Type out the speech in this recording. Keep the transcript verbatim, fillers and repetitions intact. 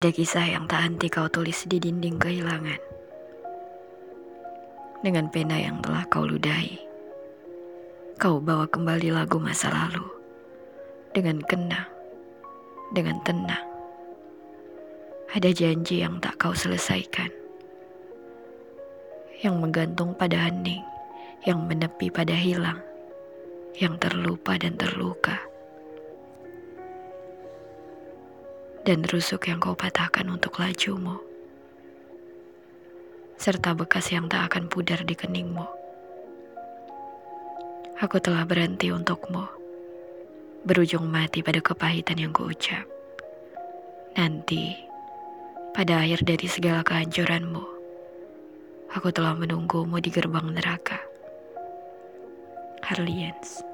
Ada kisah yang tak henti kau tulis di dinding kehilangan. Dengan pena yang telah kau ludahi, kau bawa kembali lagu masa lalu. Dengan kenang, dengan tenang. Ada janji yang tak kau selesaikan, yang menggantung pada hening, yang menepi pada hilang, yang terlupa dan terluka. Dan rusuk yang kau patahkan untuk lajumu, serta bekas yang tak akan pudar di keningmu. Aku telah berhenti untukmu, berujung mati pada kepahitan yang kuucap. Nanti, pada akhir dari segala kehancuranmu, aku telah menunggumu di gerbang neraka. Harlians.